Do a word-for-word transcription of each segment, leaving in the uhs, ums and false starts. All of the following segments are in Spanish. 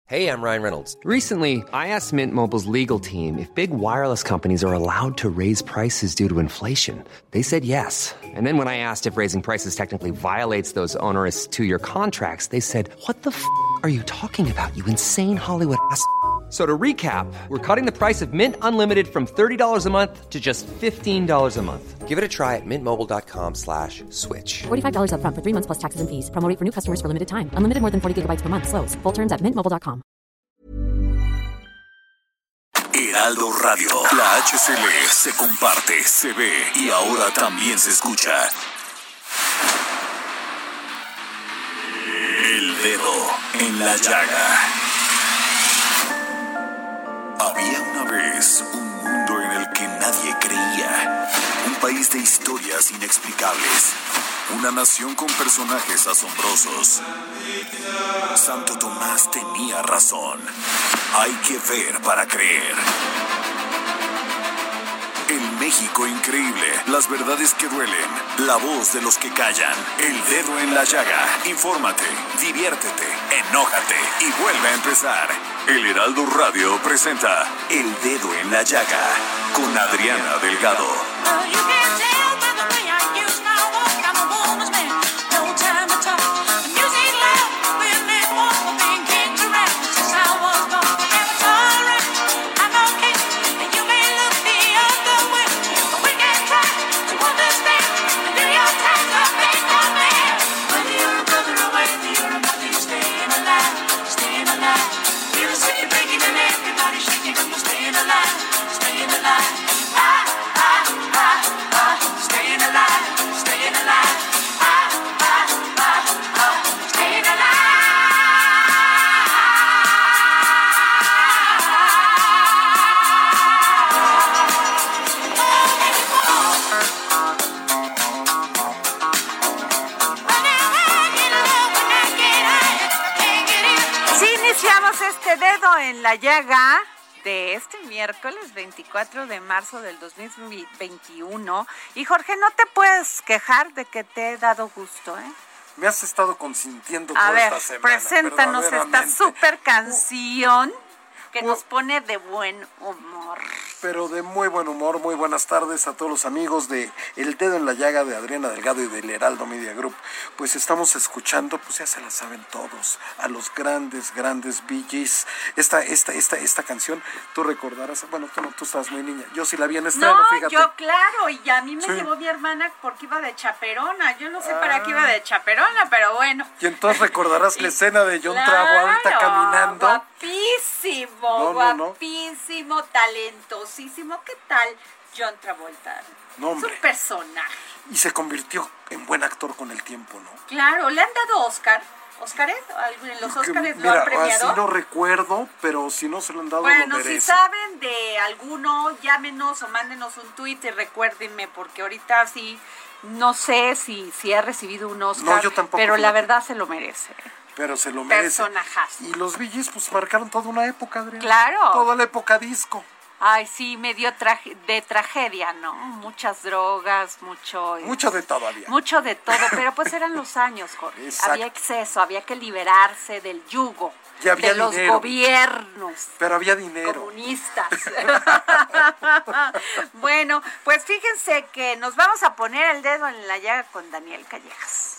Hey, I'm Ryan Reynolds. Recently, I asked Mint Mobile's legal team if big wireless companies are allowed to raise prices due to inflation. They said yes. And then when I asked if raising prices technically violates those onerous two-year contracts, they said, what the f*** are you talking about, you insane Hollywood ass f- So to recap, we're cutting the price of Mint Unlimited from thirty dollars a month to just fifteen dollars a month. Give it a try at mintmobile.com slash switch. forty-five dollars up front for three months plus taxes and fees. Promo rate for new customers for limited time. Unlimited more than forty gigabytes per month. Slows full terms at mint mobile dot com. Heraldo Radio. La H C L se comparte, se ve y ahora también se escucha. El dedo en la llaga. Había una vez un mundo en el que nadie creía. Un país de historias inexplicables. Una nación con personajes asombrosos. Santo Tomás tenía razón. Hay que ver para creer. El México increíble. Las verdades que duelen. La voz de los que callan. El dedo en la llaga. Infórmate, diviértete, enójate y vuelve a empezar. El Heraldo Radio presenta El Dedo en la Llaga con Adriana Delgado. En la llaga de este miércoles veinticuatro de marzo del dos mil veintiuno. Y Jorge, no te puedes quejar de que te he dado gusto, ¿eh? Me has estado consintiendo A toda ver, esta semana. Preséntanos esta super canción que Uh. nos pone de buen humor. Pero de muy buen humor, muy buenas tardes a todos los amigos de El Dedo en la Llaga de Adriana Delgado y del Heraldo Media Group. Pues estamos escuchando, pues ya se la saben todos, a los grandes, grandes Bee Gees. Esta, esta, esta, esta canción, tú recordarás, bueno, tú no, tú estabas muy niña, yo sí la vi en estreno, no, fíjate. yo claro, y a mí me Sí. llevó mi hermana porque iba de chaperona. Yo no sé Ah. para qué iba de chaperona, pero bueno. Y entonces recordarás la escena de John Claro, Travolta caminando. Guapísimo, No, no, no. guapísimo, talentosísimo. ¿Qué tal John Travolta? No, es hombre. un personaje. Y se convirtió en buen actor con el tiempo, ¿no? Claro, le han dado Oscar. ¿Oscars? ¿En los Oscars lo Mira, han premiado? así no recuerdo, pero si no se lo han dado, Bueno, lo merece. si saben de alguno, llámenos o mándenos un tuit y recuérdenme, porque ahorita sí, no sé si, si ha recibido un Oscar, No, yo tampoco, pero la fíjate. verdad se lo merece. Pero se lo merece. Personajazo. Y los Bee Gees, pues marcaron toda una época, Adrián. Claro. Toda la época disco. Ay, sí, medio traje- de tragedia, ¿no? Muchas drogas, mucho... Mucho de todo había. Mucho de todo, pero pues eran los años, Jorge. Exacto. Había exceso, había que liberarse del yugo Y había de los dinero. gobiernos Pero había dinero. comunistas. Bueno, pues fíjense que nos vamos a poner el dedo en la llaga con Daniel Callejas.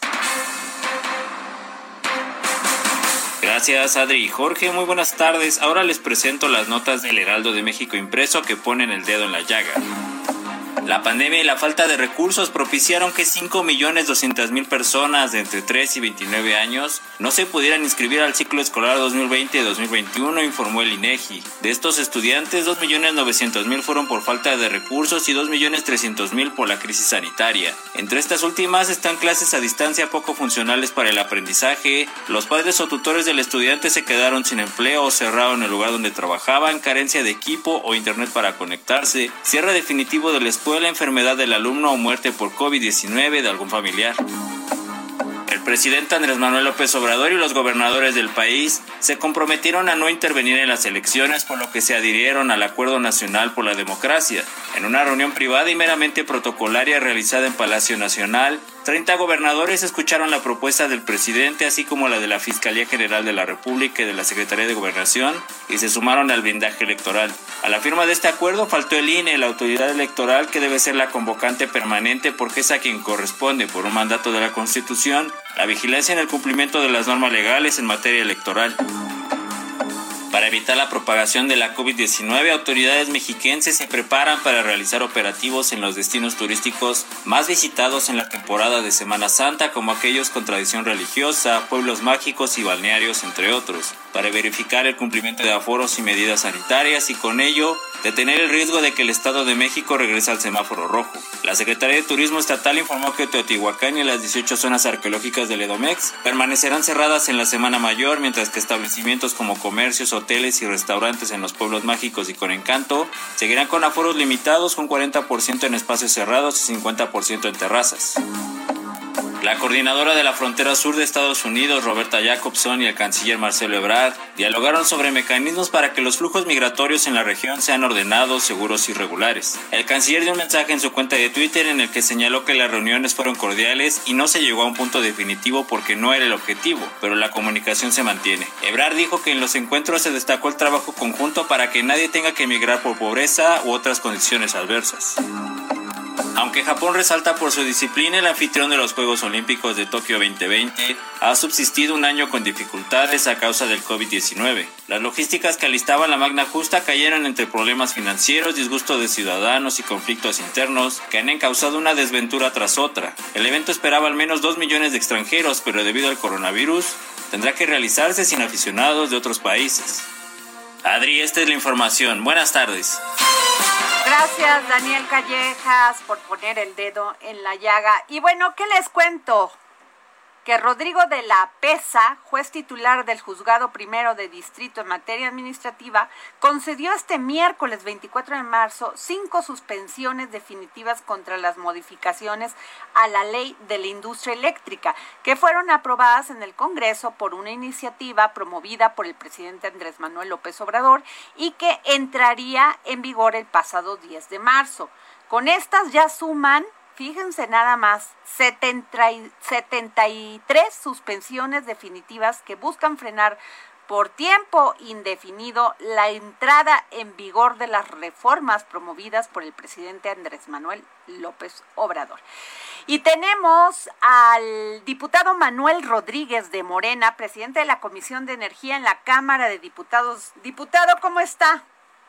Gracias, Adri y Jorge. Muy buenas tardes. Ahora les presento las notas del Heraldo de México impreso que ponen el dedo en la llaga. La pandemia y la falta de recursos propiciaron que cinco millones doscientas mil personas de entre tres y veintinueve años no se pudieran inscribir al ciclo escolar dos mil veinte dos mil veintiuno, informó el INEGI. De estos estudiantes, dos millones novecientos mil fueron por falta de recursos y dos millones trescientos mil por la crisis sanitaria. Entre estas últimas están clases a distancia poco funcionales para el aprendizaje, los padres o tutores del estudiante se quedaron sin empleo o cerraron el lugar donde trabajaban, carencia de equipo o internet para conectarse, cierre definitivo de la escuela, enfermedad del alumno o muerte por covid diecinueve de algún familiar. El presidente Andrés Manuel López Obrador y los gobernadores del país se comprometieron a no intervenir en las elecciones, por lo que se adhirieron al Acuerdo Nacional por la Democracia. En una reunión privada y meramente protocolaria realizada en Palacio Nacional, treinta gobernadores escucharon la propuesta del presidente, así como la de la Fiscalía General de la República y de la Secretaría de Gobernación, y se sumaron al blindaje electoral. A la firma de este acuerdo faltó el I N E, la autoridad electoral, que debe ser la convocante permanente porque es a quien corresponde, por un mandato de la Constitución, la vigilancia en el cumplimiento de las normas legales en materia electoral. Para evitar la propagación de la covid diecinueve, autoridades mexiquenses se preparan para realizar operativos en los destinos turísticos más visitados en la temporada de Semana Santa, como aquellos con tradición religiosa, pueblos mágicos y balnearios, entre otros, para verificar el cumplimiento de aforos y medidas sanitarias y con ello detener el riesgo de que el Estado de México regrese al semáforo rojo. La Secretaría de Turismo Estatal informó que Teotihuacán y las dieciocho zonas arqueológicas del Edomex permanecerán cerradas en la Semana Mayor, mientras que establecimientos como comercios, hoteles y restaurantes en los pueblos mágicos y con encanto seguirán con aforos limitados, con cuarenta por ciento en espacios cerrados y cincuenta por ciento en terrazas. La coordinadora de la frontera sur de Estados Unidos, Roberta Jacobson, y el canciller Marcelo Ebrard dialogaron sobre mecanismos para que los flujos migratorios en la región sean ordenados, seguros y regulares. El canciller dio un mensaje en su cuenta de Twitter en el que señaló que las reuniones fueron cordiales y no se llegó a un punto definitivo porque no era el objetivo, pero la comunicación se mantiene. Ebrard dijo que en los encuentros se destacó el trabajo conjunto para que nadie tenga que emigrar por pobreza u otras condiciones adversas. Aunque Japón resalta por su disciplina, el anfitrión de los Juegos Olímpicos de Tokio veinte veinte ha subsistido un año con dificultades a causa del covid diecinueve. Las logísticas que alistaban la magna justa cayeron entre problemas financieros, disgusto de ciudadanos y conflictos internos que han encausado una desventura tras otra. El evento esperaba al menos dos millones de extranjeros, pero debido al coronavirus tendrá que realizarse sin aficionados de otros países. Adri, esta es la información. Buenas tardes. Gracias, Daniel Callejas, por poner el dedo en la llaga. Y bueno, ¿qué les cuento? Que Rodrigo de la Pesa, juez titular del Juzgado Primero de Distrito en materia administrativa, concedió este miércoles veinticuatro de marzo cinco suspensiones definitivas contra las modificaciones a la ley de la industria eléctrica, que fueron aprobadas en el Congreso por una iniciativa promovida por el presidente Andrés Manuel López Obrador y que entraría en vigor el pasado diez de marzo. Con estas ya suman, fíjense nada más, setenta y tres suspensiones definitivas que buscan frenar por tiempo indefinido la entrada en vigor de las reformas promovidas por el presidente Andrés Manuel López Obrador. Y tenemos al diputado Manuel Rodríguez de Morena, presidente de la Comisión de Energía en la Cámara de Diputados. Diputado, ¿cómo está?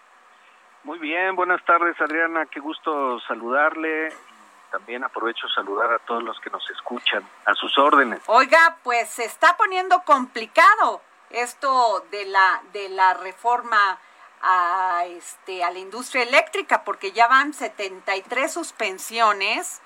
Muy bien, buenas tardes, Adriana, qué gusto saludarle. También aprovecho a saludar a todos los que nos escuchan, a sus órdenes. Oiga, pues se está poniendo complicado esto de la de la reforma a este a la industria eléctrica, porque ya van setenta y tres suspensiones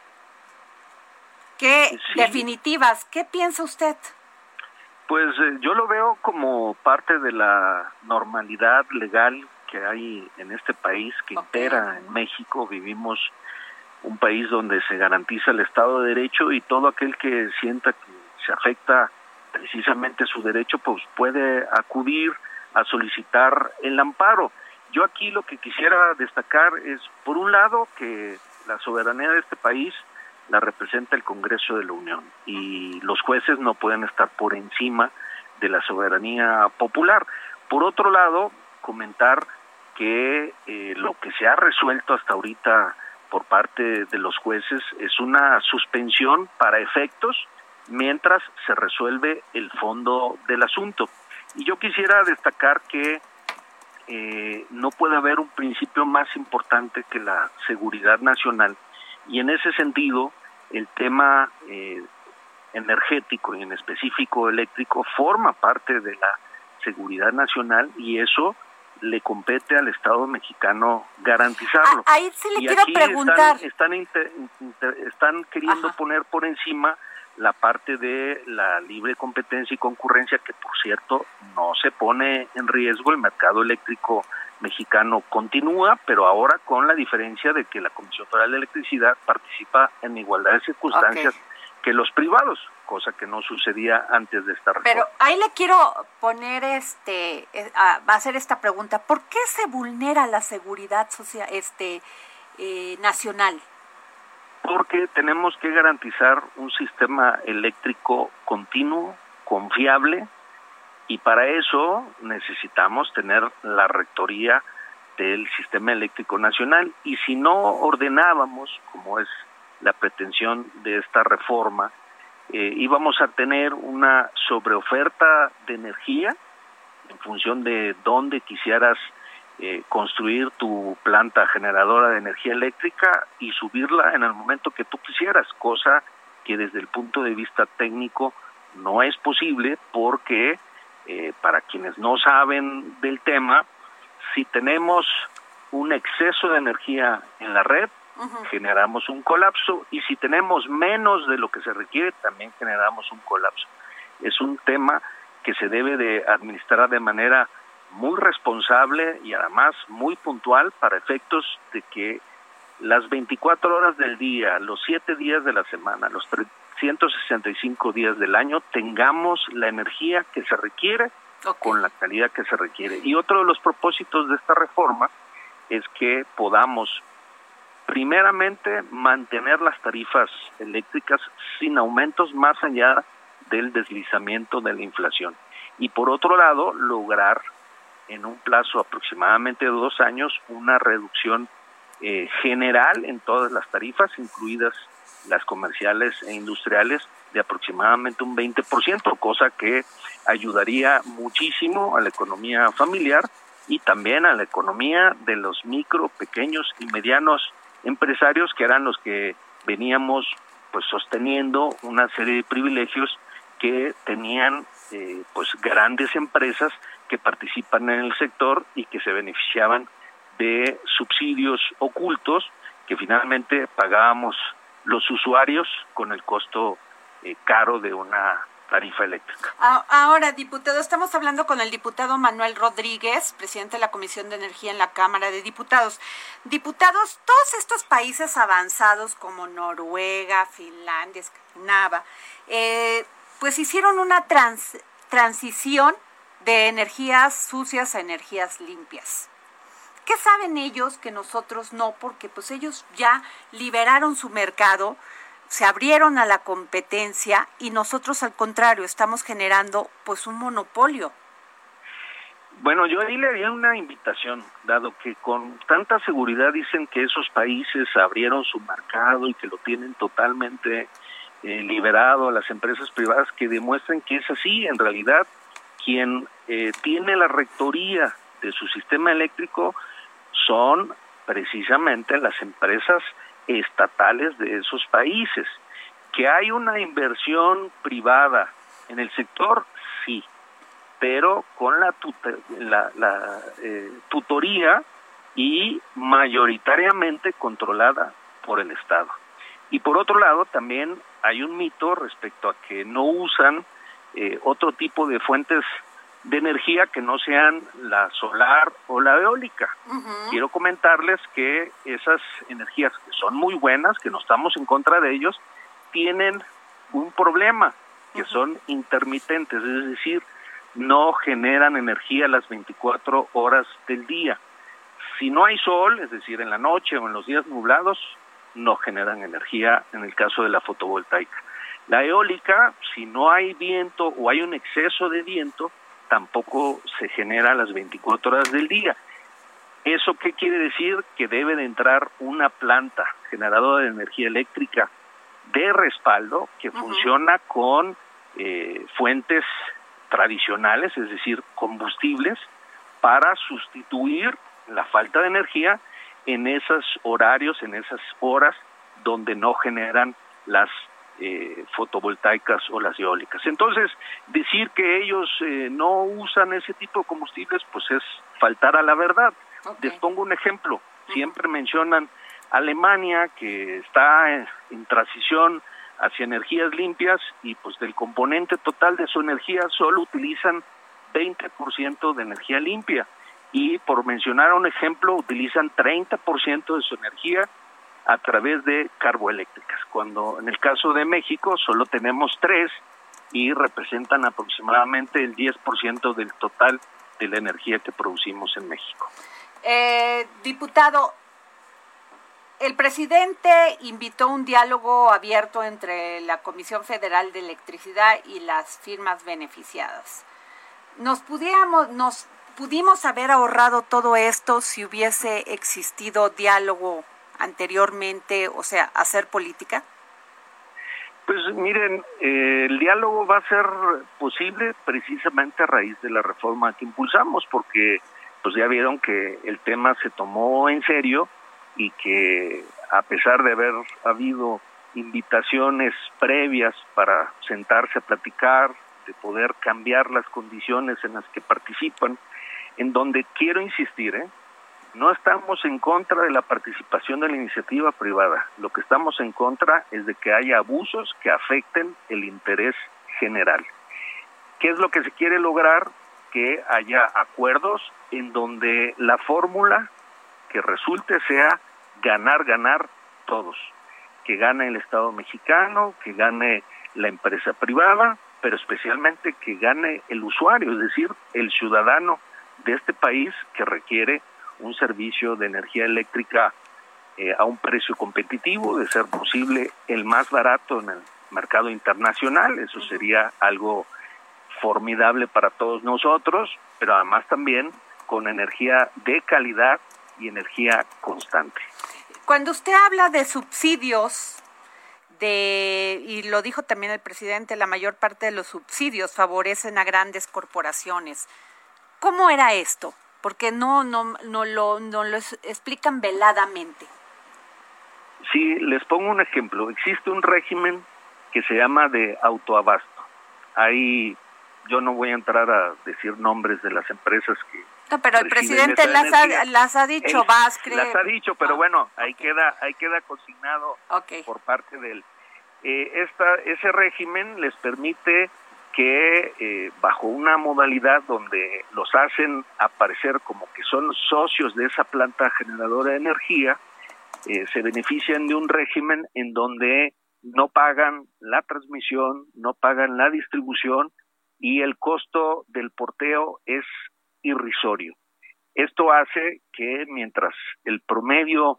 que sí. definitivas. ¿Qué piensa usted? Pues eh, yo lo veo como parte de la normalidad legal que hay en este país, que okay. impera en México. Vivimos un país donde se garantiza el Estado de Derecho y todo aquel que sienta que se afecta precisamente su derecho, pues puede acudir a solicitar el amparo. Yo aquí lo que quisiera destacar es, por un lado, que la soberanía de este país la representa el Congreso de la Unión y los jueces no pueden estar por encima de la soberanía popular. Por otro lado, comentar que eh, lo que se ha resuelto hasta ahorita por parte de los jueces es una suspensión para efectos mientras se resuelve el fondo del asunto. Y yo quisiera destacar que eh, no puede haber un principio más importante que la seguridad nacional, y en ese sentido el tema eh, energético y en específico eléctrico forma parte de la seguridad nacional, y eso le compete al Estado mexicano garantizarlo. Ah, ahí sí le y quiero aquí preguntar. Están, están, inter, inter, están queriendo Ajá. poner por encima la parte de la libre competencia y concurrencia, que por cierto no se pone en riesgo. El mercado eléctrico mexicano continúa, pero ahora con la diferencia de que la Comisión Federal de Electricidad participa en igualdad de circunstancias okay. que los privados, cosa que no sucedía antes de esta reforma. Pero ahí le quiero poner este, va a hacer esta pregunta: ¿por qué se vulnera la seguridad social, este, eh, nacional? Porque tenemos que garantizar un sistema eléctrico continuo, confiable, y para eso necesitamos tener la rectoría del sistema eléctrico nacional. Y si no ordenábamos, como es la pretensión de esta reforma, eh, íbamos a tener una sobreoferta de energía en función de dónde quisieras eh, construir tu planta generadora de energía eléctrica y subirla en el momento que tú quisieras, cosa que desde el punto de vista técnico no es posible porque, eh, para quienes no saben del tema, si tenemos un exceso de energía en la red, uh-huh. generamos un colapso, y si tenemos menos de lo que se requiere, también generamos un colapso. Es un tema que se debe de administrar de manera muy responsable y además muy puntual para efectos de que las veinticuatro horas del día, los siete días de la semana, los trescientos sesenta y cinco días del año, tengamos la energía que se requiere, okay. con la calidad que se requiere. Y otro de los propósitos de esta reforma es que podamos, primeramente, mantener las tarifas eléctricas sin aumentos más allá del deslizamiento de la inflación. Y por otro lado, lograr en un plazo aproximadamente de dos años una reducción eh, general en todas las tarifas, incluidas las comerciales e industriales, de aproximadamente un veinte por ciento, cosa que ayudaría muchísimo a la economía familiar y también a la economía de los micro, pequeños y medianos empresarios, que eran los que veníamos pues sosteniendo una serie de privilegios que tenían eh, pues grandes empresas que participan en el sector y que se beneficiaban de subsidios ocultos que finalmente pagábamos los usuarios con el costo eh, caro de una tarifa eléctrica. Ahora, diputado, estamos hablando con el diputado Manuel Rodríguez, presidente de la Comisión de Energía en la Cámara de Diputados. Diputados, todos estos países avanzados como Noruega, Finlandia, Escandinavia, eh, pues hicieron una trans, transición de energías sucias a energías limpias. ¿Qué saben ellos que nosotros no? Porque pues ellos ya liberaron su mercado, se abrieron a la competencia, y nosotros al contrario estamos generando pues un monopolio. Bueno, yo ahí le haría una invitación, dado que con tanta seguridad dicen que esos países abrieron su mercado y que lo tienen totalmente eh, liberado a las empresas privadas, que demuestren que es así. En realidad, quien eh, tiene la rectoría de su sistema eléctrico son precisamente las empresas estatales de esos países. Que hay una inversión privada en el sector, sí, pero con la, tuta, la, la eh, tutoría y mayoritariamente controlada por el Estado. Y por otro lado, también hay un mito respecto a que no usan eh, otro tipo de fuentes de energía que no sean la solar o la eólica. Uh-huh. Quiero comentarles que esas energías, que son muy buenas, que no estamos en contra de ellos, tienen un problema, que uh-huh. son intermitentes, es decir, no generan energía las veinticuatro horas del día. Si no hay sol, es decir, en la noche o en los días nublados, no generan energía en el caso de la fotovoltaica. La eólica, si no hay viento o hay un exceso de viento, tampoco se genera las veinticuatro horas del día. ¿Eso qué quiere decir? Que debe de entrar una planta generadora de energía eléctrica de respaldo que uh-huh. funciona con eh, fuentes tradicionales, es decir, combustibles, para sustituir la falta de energía en esos horarios, en esas horas donde no generan las Eh, fotovoltaicas o las eólicas. Entonces, decir que ellos eh, no usan ese tipo de combustibles, pues es faltar a la verdad. Okay. Les pongo un ejemplo. Siempre mencionan Alemania, que está en, en transición hacia energías limpias, y pues del componente total de su energía solo utilizan veinte por ciento de energía limpia. Y por mencionar un ejemplo, utilizan treinta por ciento de su energía a través de carboeléctricas, cuando en el caso de México solo tenemos tres y representan aproximadamente el diez por ciento del total de la energía que producimos en México. Eh, diputado, el presidente invitó un diálogo abierto entre la Comisión Federal de Electricidad y las firmas beneficiadas. ¿Nos pudiéramos, nos pudimos haber ahorrado todo esto si hubiese existido diálogo anteriormente, o sea, hacer política? Pues miren, eh, el diálogo va a ser posible precisamente a raíz de la reforma que impulsamos, porque pues ya vieron que el tema se tomó en serio y que a pesar de haber habido invitaciones previas para sentarse a platicar, de poder cambiar las condiciones en las que participan, en donde quiero insistir, ¿eh? No estamos en contra de la participación de la iniciativa privada. Lo que estamos en contra es de que haya abusos que afecten el interés general. ¿Qué es lo que se quiere lograr? Que haya acuerdos en donde la fórmula que resulte sea ganar, ganar todos. Que gane el Estado mexicano, que gane la empresa privada, pero especialmente que gane el usuario, es decir, el ciudadano de este país que requiere un servicio de energía eléctrica eh, a un precio competitivo, de ser posible el más barato en el mercado internacional. Eso sería algo formidable para todos nosotros, pero además también con energía de calidad y energía constante. Cuando usted habla de subsidios, de y lo dijo también el presidente, la mayor parte de los subsidios favorecen a grandes corporaciones. ¿Cómo era esto? Porque no no no lo no lo explican veladamente. Sí, les pongo un ejemplo. Existe un régimen que se llama de autoabasto. Ahí yo no voy a entrar a decir nombres de las empresas que no, pero el presidente las ha, las ha dicho, él, vas, cree. Las ha dicho, pero ah. bueno, ahí queda ahí queda consignado okay. por parte de él. Eh, esta ese régimen les permite que eh, bajo una modalidad donde los hacen aparecer como que son socios de esa planta generadora de energía, eh, se benefician de un régimen en donde no pagan la transmisión, no pagan la distribución y el costo del porteo es irrisorio. Esto hace que mientras el promedio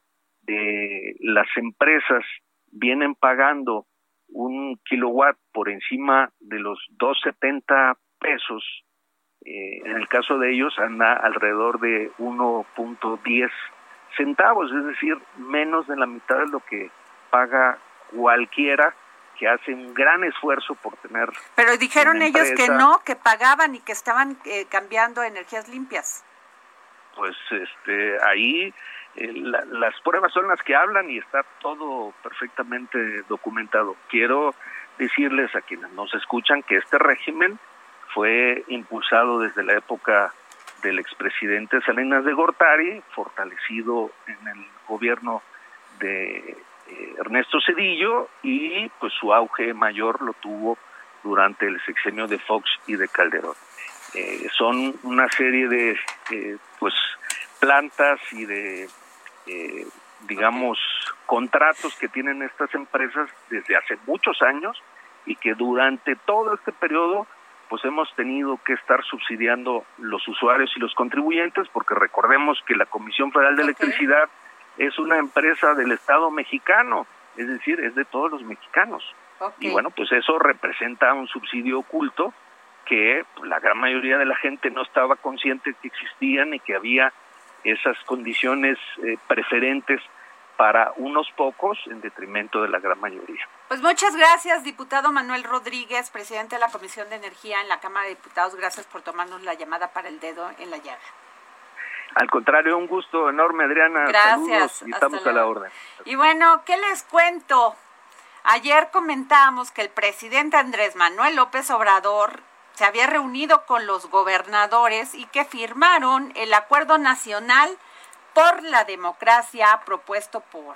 de las empresas vienen pagando un kilowatt por encima de los dos setenta pesos, eh, en el caso de ellos anda alrededor de uno punto diez centavos, es decir, menos de la mitad de lo que paga cualquiera que hace un gran esfuerzo por tener. Pero dijeron ellos empresa, que no, que pagaban y que estaban eh, cambiando a energías limpias. Pues este ahí eh, la, las pruebas son las que hablan y está todo perfectamente documentado. Quiero decirles a quienes nos escuchan que este régimen fue impulsado desde la época del expresidente Salinas de Gortari, fortalecido en el gobierno de eh, Ernesto Zedillo, y pues su auge mayor lo tuvo durante el sexenio de Fox y de Calderón. Eh, son una serie de eh, pues plantas y de eh, digamos contratos que tienen estas empresas desde hace muchos años y que durante todo este periodo pues hemos tenido que estar subsidiando los usuarios y los contribuyentes, porque recordemos que la Comisión Federal de Electricidad es una empresa del Estado mexicano, es decir, es de todos los mexicanos. Okay. Y bueno, pues eso representa un subsidio oculto que la gran mayoría de la gente no estaba consciente que existían y que había esas condiciones eh, preferentes para unos pocos en detrimento de la gran mayoría. Pues muchas gracias, diputado Manuel Rodríguez, presidente de la Comisión de Energía en la Cámara de Diputados. Gracias por tomarnos la llamada para el dedo en la llaga. Al contrario, un gusto enorme, Adriana. Gracias. Saludos y estamos a la orden. Y bueno, ¿qué les cuento? Ayer comentábamos que el presidente Andrés Manuel López Obrador se había reunido con los gobernadores y que firmaron el Acuerdo Nacional por la Democracia propuesto por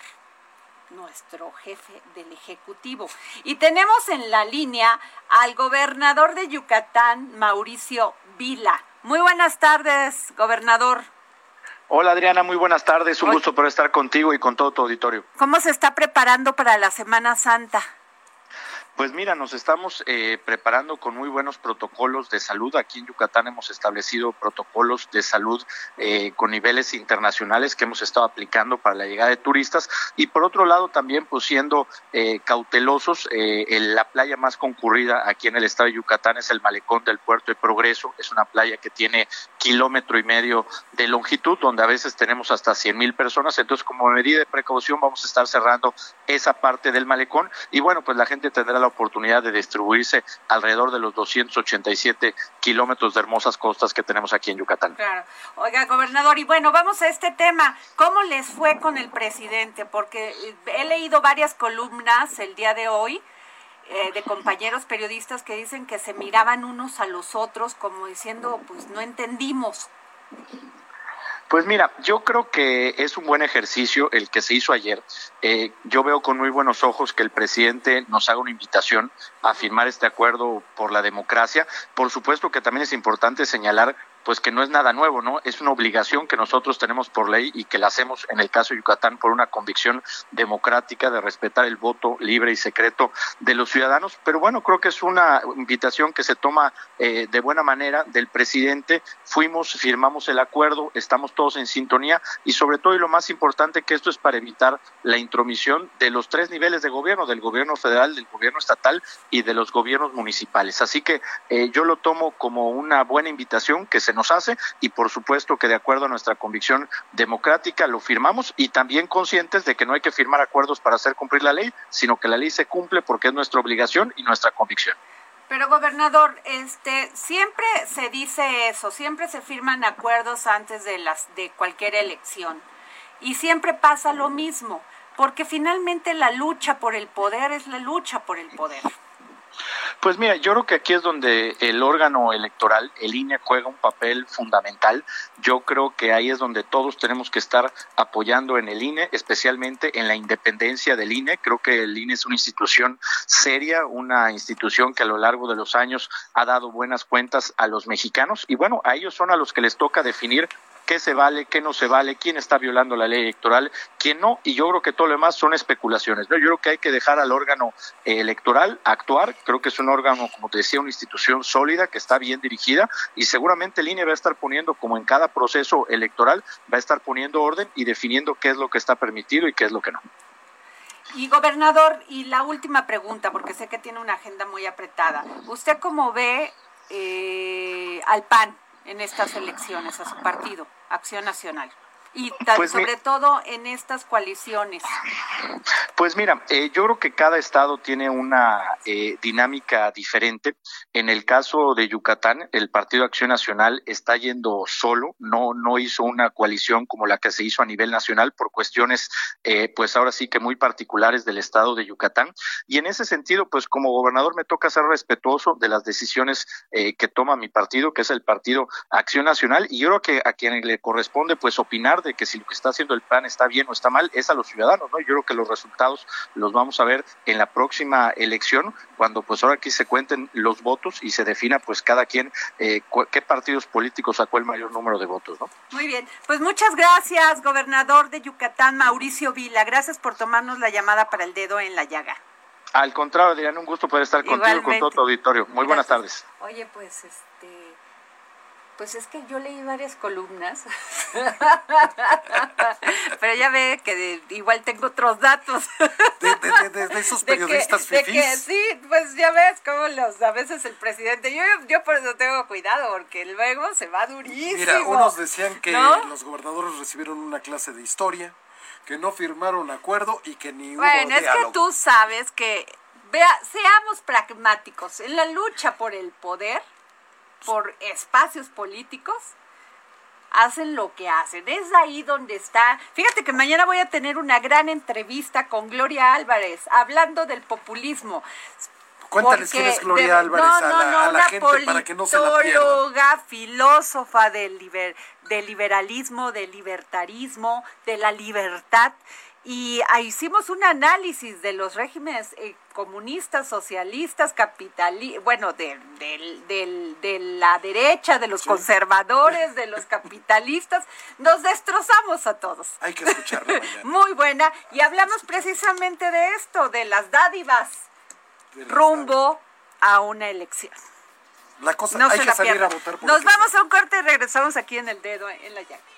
nuestro jefe del Ejecutivo. Y tenemos en la línea al gobernador de Yucatán, Mauricio Vila. Muy buenas tardes, gobernador. Hola Adriana, muy buenas tardes, un Hoy, gusto poder estar contigo y con todo tu auditorio. ¿Cómo se está preparando para la Semana Santa? Pues mira, nos estamos eh, preparando con muy buenos protocolos de salud. Aquí en Yucatán hemos establecido protocolos de salud eh, con niveles internacionales que hemos estado aplicando para la llegada de turistas y por otro lado también pues siendo eh, cautelosos. Eh, en la playa más concurrida aquí en el estado de Yucatán es el malecón del Puerto de Progreso. Es una playa que tiene kilómetro y medio de longitud, donde a veces tenemos hasta cien mil personas. Entonces, como medida de precaución, vamos a estar cerrando esa parte del malecón y bueno, pues la gente tendrá la oportunidad de distribuirse alrededor de los doscientos ochenta y siete kilómetros de hermosas costas que tenemos aquí en Yucatán. Claro. Oiga, gobernador, y bueno, vamos a este tema. ¿Cómo les fue con el presidente? Porque he leído varias columnas el día de hoy eh, de compañeros periodistas que dicen que se miraban unos a los otros como diciendo, pues no entendimos. Pues mira, yo creo que es un buen ejercicio el que se hizo ayer. Eh, yo veo con muy buenos ojos que el presidente nos haga una invitación a firmar este acuerdo por la democracia. Por supuesto que también es importante señalar pues que no es nada nuevo, ¿no? Es una obligación que nosotros tenemos por ley y que la hacemos en el caso de Yucatán por una convicción democrática de respetar el voto libre y secreto de los ciudadanos. Pero bueno, creo que es una invitación que se toma eh, de buena manera del presidente. Fuimos, firmamos el acuerdo, estamos todos en sintonía y sobre todo y lo más importante que esto es para evitar la intromisión de los tres niveles de gobierno, del gobierno federal, del gobierno estatal y de los gobiernos municipales. Así que eh, yo lo tomo como una buena invitación que se nos hace y por supuesto que de acuerdo a nuestra convicción democrática lo firmamos y también conscientes de que no hay que firmar acuerdos para hacer cumplir la ley, sino que la ley se cumple porque es nuestra obligación y nuestra convicción. Pero gobernador, este, siempre se dice eso, siempre se firman acuerdos antes de las de cualquier elección y siempre pasa lo mismo, porque finalmente la lucha por el poder es la lucha por el poder. Pues mira, yo creo que aquí es donde el órgano electoral, el I N E, juega un papel fundamental. Yo creo que ahí es donde todos tenemos que estar apoyando en el I N E, especialmente en la independencia del I N E. Creo que el I N E es una institución seria, una institución que a lo largo de los años ha dado buenas cuentas a los mexicanos y bueno, a ellos son a los que les toca definir qué se vale, qué no se vale, quién está violando la ley electoral, quién no, y yo creo que todo lo demás son especulaciones, ¿no? Yo creo que hay que dejar al órgano eh, electoral actuar. Creo que es un órgano, como te decía, una institución sólida, que está bien dirigida, y seguramente el I N E va a estar poniendo, como en cada proceso electoral, va a estar poniendo orden y definiendo qué es lo que está permitido y qué es lo que no. Y gobernador, y la última pregunta, porque sé que tiene una agenda muy apretada. ¿Usted cómo ve eh, al P A N en estas elecciones, a su partido, Acción Nacional? Y tal, pues sobre mi... todo en estas coaliciones. Pues mira, eh, yo creo que cada estado tiene una eh, dinámica diferente. En el caso de Yucatán, el Partido Acción Nacional está yendo solo, no no hizo una coalición como la que se hizo a nivel nacional por cuestiones, eh, pues ahora sí que muy particulares del estado de Yucatán. Y en ese sentido, pues como gobernador me toca ser respetuoso de las decisiones eh, que toma mi partido, que es el Partido Acción Nacional, y yo creo que a quien le corresponde pues opinar de que si lo que está haciendo el P A N está bien o está mal, es a los ciudadanos, ¿no? Yo creo que los resultados los vamos a ver en la próxima elección, cuando pues ahora aquí se cuenten los votos y se defina pues cada quien eh, cu- qué partidos políticos sacó el mayor número de votos, ¿no? Muy bien, pues muchas gracias, gobernador de Yucatán, Mauricio Vila. Gracias por tomarnos la llamada para el dedo en la llaga. Al contrario, Adrián, un gusto poder estar contigo y con todo tu auditorio. Muy gracias. Buenas tardes. Oye, pues este... Pues es que yo leí varias columnas, pero ya ve que de, igual tengo otros datos. De, de, de, de esos periodistas de que, fifís. De que, sí, pues ya ves cómo los, a veces el presidente, yo, yo por eso tengo cuidado, porque luego se va durísimo. Mira, unos decían que ¿no? los gobernadores recibieron una clase de historia, que no firmaron acuerdo y que ni hubo bueno, es diálogo. que tú sabes que, vea, seamos pragmáticos, en la lucha por el poder, por espacios políticos, hacen lo que hacen. Es ahí donde está. Fíjate que mañana voy a tener una gran entrevista con Gloria Álvarez, hablando del populismo. Cuéntales quién es Gloria de, Álvarez no, a la, no, no, a la una gente para que no se la pierdan. Politóloga, filósofa del, liber, del liberalismo, del libertarismo, de la libertad. Y ah, hicimos un análisis de los regímenes eh, comunistas, socialistas, capitalistas, bueno, de, de, de, de la derecha, de los sí. conservadores, de los capitalistas. Nos destrozamos a todos. Hay que escucharlo mañana. Muy buena. Y hablamos precisamente de esto, de las dádivas rumbo a una elección. La cosa, no hay se que la salir pierdan. a votar por Nos lo que vamos sea. a un corte y regresamos aquí en el dedo en la llaga.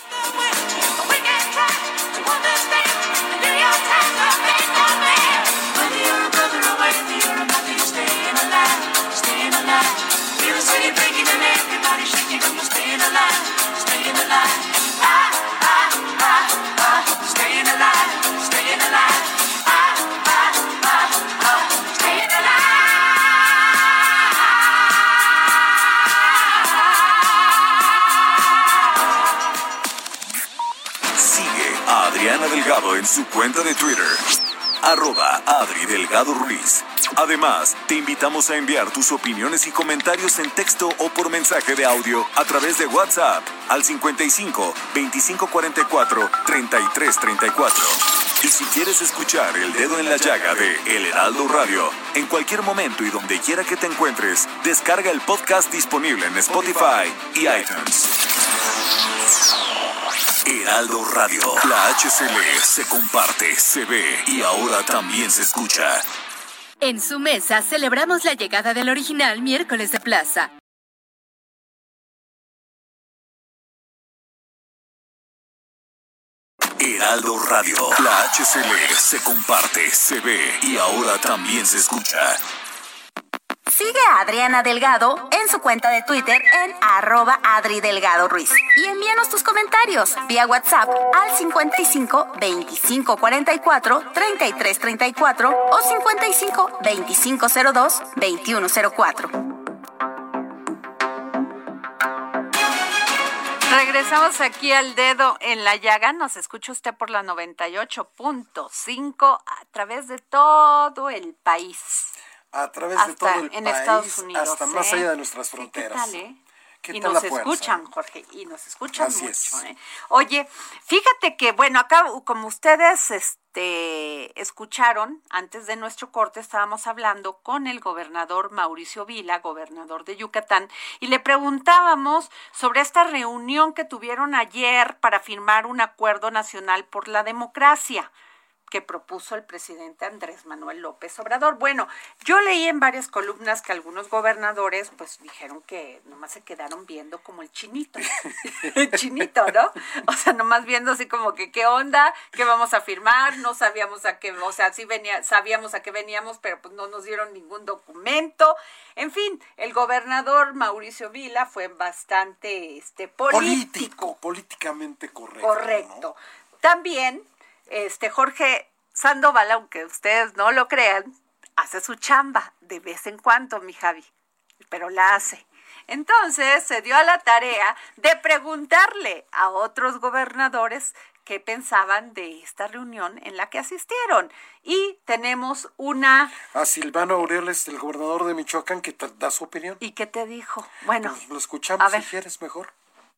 Sigue a Adriana Delgado en su cuenta de Twitter, arroba Adri Delgado Ruiz. Además, te invitamos a enviar tus opiniones y comentarios en texto o por mensaje de audio a través de WhatsApp al cincuenta y cinco, veinticinco cuarenta y cuatro, treinta y tres treinta y cuatro. Y si quieres escuchar El Dedo en la Llaga de El Heraldo Radio, en cualquier momento y donde quiera que te encuentres, descarga el podcast disponible en Spotify y iTunes. Heraldo Radio, la H C L se comparte, se ve y ahora también se escucha. En su mesa celebramos la llegada del original Miércoles de Plaza. Heraldo Radio, la H C L se comparte, se ve y ahora también se escucha. Sigue a Adriana Delgado en su cuenta de Twitter en arroba Adri Delgado Ruiz. Y envíanos tus comentarios vía WhatsApp al cincuenta y cinco, veinticinco cuarenta y cuatro, treinta y tres treinta y cuatro o cincuenta y cinco, veinticinco cero dos, veintiuno cero cuatro. Regresamos aquí al Dedo en la Llaga. Nos escucha usted por la noventa y ocho punto cinco a través de todo el país. A través hasta de todo el en país, Estados Unidos, hasta ¿eh? más allá de nuestras fronteras. Sí, ¿qué tal, eh? ¿Qué y tal nos la fuerza? escuchan, Jorge, y nos escuchan Así mucho. es. ¿eh? Oye, fíjate que, bueno, acá, como ustedes este, escucharon, antes de nuestro corte estábamos hablando con el gobernador Mauricio Vila, gobernador de Yucatán, y le preguntábamos sobre esta reunión que tuvieron ayer para firmar un acuerdo nacional por la democracia que propuso el presidente Andrés Manuel López Obrador. Bueno, yo leí en varias columnas que algunos gobernadores pues dijeron que nomás se quedaron viendo como el chinito, el chinito, ¿no? O sea, nomás viendo así como que qué onda, qué vamos a firmar, no sabíamos a qué, o sea, sí venía, sabíamos a qué veníamos, pero pues no nos dieron ningún documento. En fin, el gobernador Mauricio Vila fue bastante este político, Político, políticamente correcto. correcto. ¿no? También Este Jorge Sandoval, aunque ustedes no lo crean, hace su chamba de vez en cuando, mi Javi, pero la hace. Entonces se dio a la tarea de preguntarle a otros gobernadores qué pensaban de esta reunión en la que asistieron. Y tenemos una... A Silvano Aureoles, el gobernador de Michoacán, que te da su opinión. ¿Y qué te dijo? Bueno, pues lo escuchamos a ver. si quieres mejor.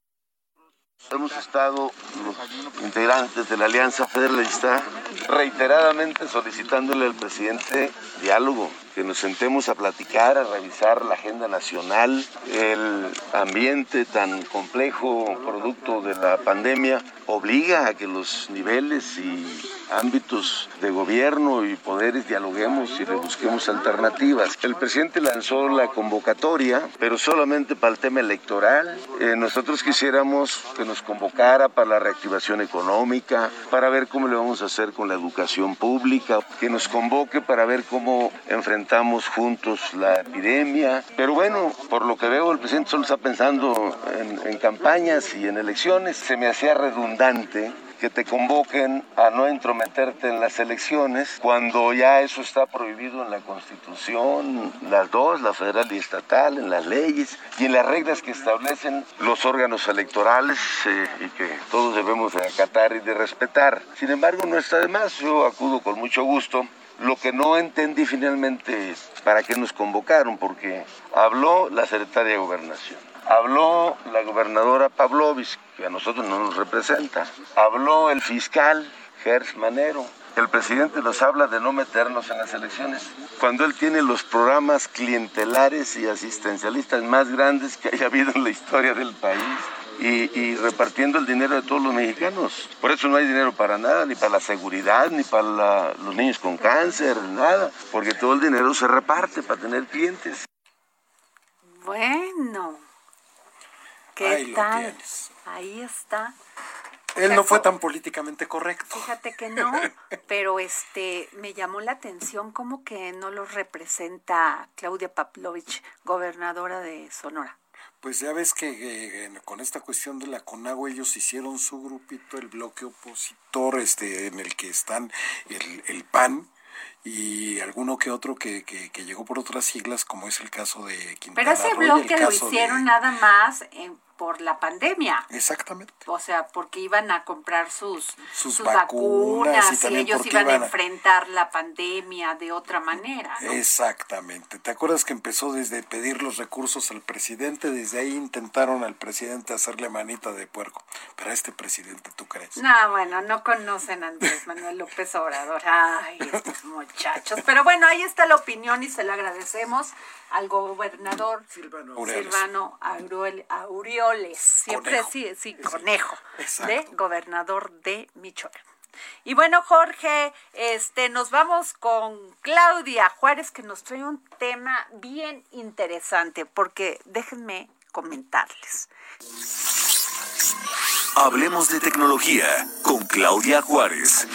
Hemos estado los integrantes de la Alianza Federalista reiteradamente solicitándole al presidente diálogo, que nos sentemos a platicar, a revisar la agenda nacional, el ambiente tan complejo producto de la pandemia obliga a que los niveles y ámbitos de gobierno y poderes dialoguemos y le busquemos alternativas. El presidente lanzó la convocatoria, pero solamente para el tema electoral. Eh, nosotros quisiéramos que nos convocara para la reactivación económica, para ver cómo le vamos a hacer con la educación pública, que nos convoque para ver cómo enfrentamos juntos la epidemia. Pero bueno, por lo que veo, el presidente solo está pensando en, en campañas y en elecciones. Se me hacía redundante que te convoquen a no entrometerte en las elecciones cuando ya eso está prohibido en la Constitución, las dos, la federal y estatal, en las leyes y en las reglas que establecen los órganos electorales eh, y que todos debemos de acatar y de respetar. Sin embargo, no está de más, yo acudo con mucho gusto. Lo que no entendí finalmente es para qué nos convocaron, porque habló la secretaria de Gobernación, habló la gobernadora Pavlovich, que a nosotros no nos representa, habló el fiscal Gers Manero. El presidente nos habla de no meternos en las elecciones, cuando él tiene los programas clientelares y asistencialistas más grandes que haya habido en la historia del país. y, y repartiendo el dinero de todos los mexicanos. Por eso no hay dinero para nada, ni para la seguridad, ni para la, los niños con cáncer, nada, porque todo el dinero se reparte para tener clientes. Bueno, ¿qué Ahí tal? Lo tienes. Ahí está. Él no fue tan políticamente correcto. Fíjate que no, pero este me llamó la atención como que no los representa Claudia Pavlovich, gobernadora de Sonora. Pues ya ves que eh, con esta cuestión de la CONAGUA ellos hicieron su grupito, el bloque opositor, este, en el que están el, el P A N y alguno que otro que, que, que llegó por otras siglas, como es el caso de Quintana Pero ese Roo y bloque el lo caso hicieron de... nada más en por la pandemia. Exactamente. O sea, porque iban a comprar sus, sus, sus vacunas, vacunas y, y ellos iban, iban a enfrentar la pandemia de otra manera, ¿no? Exactamente. ¿Te acuerdas que empezó desde pedir los recursos al presidente? Desde ahí intentaron al presidente hacerle manita de puerco. Pero a este presidente, ¿tú crees? No, bueno, no conocen a Andrés Manuel López Obrador. Ay, estos muchachos. Pero bueno, ahí está la opinión y se la agradecemos al gobernador Silvano, Silvano Aureoles. Aureoles. Siempre Conejo. sí, sí, Conejo, Exacto. de gobernador de Michoacán. Y bueno, Jorge, este, nos vamos con Claudia Juárez, que nos trae un tema bien interesante, porque déjenme comentarles. Hablemos de tecnología con Claudia Juárez.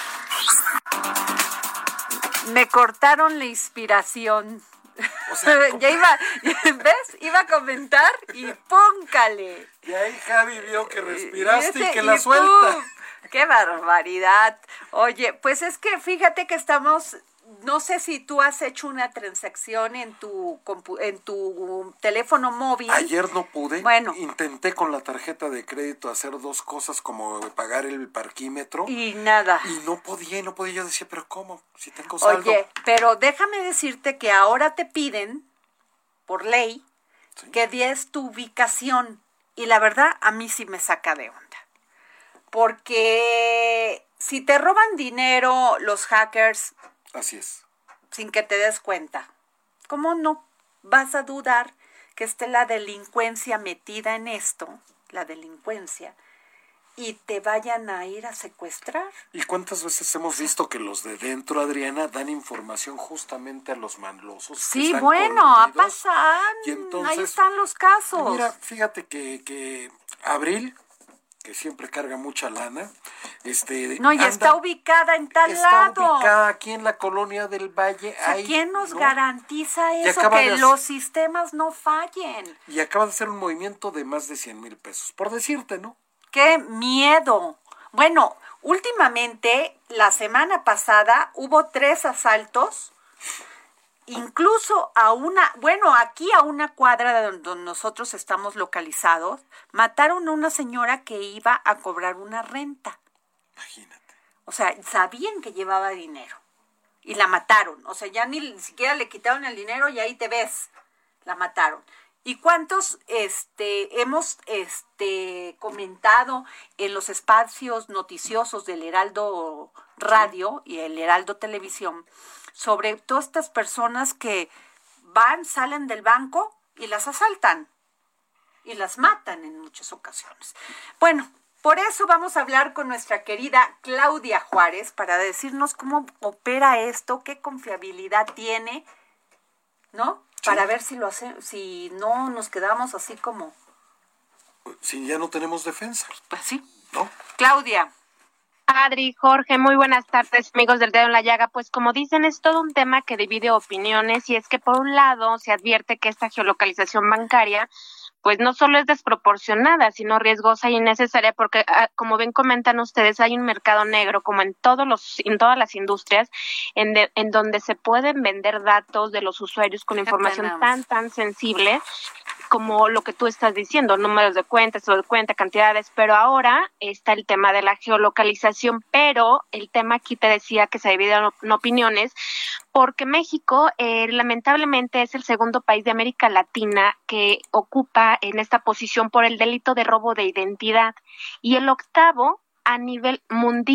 Me cortaron la inspiración. O sea, ya iba, ¿ves? Iba a comentar y póncale. Y ahí Javi vio que respiraste y, ese, y que la y suelta. ¡pum! ¡Qué barbaridad! Oye, pues es que fíjate que estamos, no sé si tú has hecho una transacción en tu en tu teléfono móvil. Ayer no pude. Bueno. Intenté con la tarjeta de crédito hacer dos cosas como pagar el parquímetro. Y nada. Y no podía, y no podía. Yo decía, ¿pero cómo? Si tengo saldo. Oye, pero déjame decirte que ahora te piden, por ley, sí, que des tu ubicación. Y la verdad, a mí sí me saca de onda. Porque si te roban dinero los hackers... Así es. Sin que te des cuenta. ¿Cómo no vas a dudar que esté la delincuencia metida en esto, la delincuencia, y te vayan a ir a secuestrar? ¿Y cuántas veces hemos visto que los de dentro, Adriana, dan información justamente a los malosos? Sí, bueno, ha pasado. Y entonces, ahí están los casos. Mira, fíjate que, que Abril, que siempre carga mucha lana, este no, y anda, está ubicada en tal está lado. Está ubicada aquí en la colonia del Valle. O sea, ahí, ¿quién nos ¿no? garantiza eso? Que de... los sistemas no fallen. Y acaba de hacer un movimiento de más de cien mil pesos, por decirte, ¿no? ¡Qué miedo! Bueno, últimamente, la semana pasada, hubo tres asaltos, incluso a una, bueno, aquí a una cuadra de donde nosotros estamos localizados, mataron a una señora que iba a cobrar una renta. Imagínate. O sea, sabían que llevaba dinero y la mataron. O sea, ya ni, ni siquiera le quitaron el dinero y ahí te ves, la mataron. ¿Y cuántos este, hemos este, comentado en los espacios noticiosos del Heraldo Radio y el Heraldo Televisión sobre todas estas personas que van, salen del banco y las asaltan y las matan en muchas ocasiones? Bueno, por eso vamos a hablar con nuestra querida Claudia Juárez para decirnos cómo opera esto, qué confiabilidad tiene, ¿no? Sí. Para ver si lo hace, si no nos quedamos así como... Si ya no tenemos defensa. Pues sí. ¿No? Claudia. Adri, Jorge, muy buenas tardes, amigos del Dedo en la Llaga. Pues como dicen, es todo un tema que divide opiniones, y es que por un lado se advierte que esta geolocalización bancaria pues no solo es desproporcionada, sino riesgosa y innecesaria, porque como bien comentan ustedes, hay un mercado negro, como en todos los, en todas las industrias, en, de, en donde se pueden vender datos de los usuarios con información tan, tan sensible, como lo que tú estás diciendo, números de cuenta, estado de cuenta, cantidades, pero ahora está el tema de la geolocalización, pero el tema aquí te decía que se dividen en opiniones, porque México eh, lamentablemente es el segundo país de América Latina que ocupa en esta posición por el delito de robo de identidad, y el octavo a nivel mundial